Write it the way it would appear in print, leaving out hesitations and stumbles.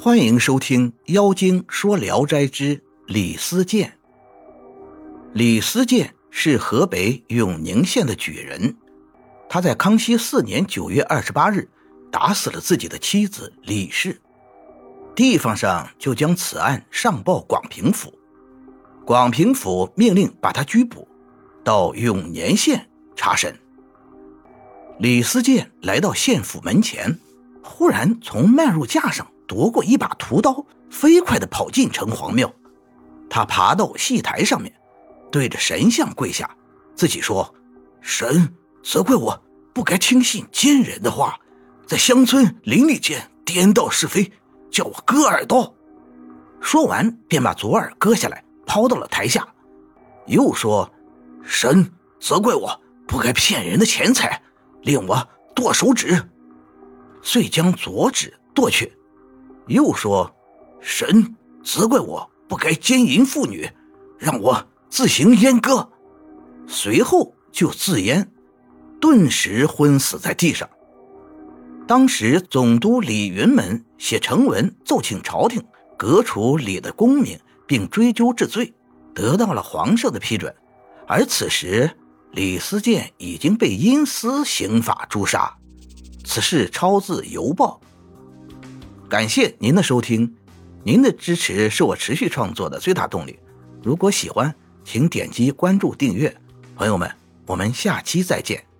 欢迎收听《妖精说聊斋之李思建》。李思建是河北永宁县的举人，他在康熙4年9月28日打死了自己的妻子李氏，地方上就将此案上报广平府，广平府命令把他拘捕，到永年县查审。李思建来到县府门前，忽然从漫入架上夺过一把屠刀，飞快地跑进城隍庙。他爬到戏台上面，对着神像跪下，自己说：神责怪我不该轻信奸人的话，在乡村邻里间颠倒是非，叫我割耳刀。说完便把左耳割下来抛到了台下，又说：神责怪我不该骗人的钱财，令我剁手指，遂将左指剁去。又说：神责怪我不该奸淫妇女，让我自行阉割。随后就自阉，顿时昏死在地上。当时总督李云门写呈文奏请朝廷革除李的功名，并追究治罪，得到了皇上的批准。而此时李思建已经被因私刑法诛杀。此事抄自邮报。感谢您的收听，您的支持是我持续创作的最大动力。如果喜欢，请点击关注订阅。朋友们，我们下期再见。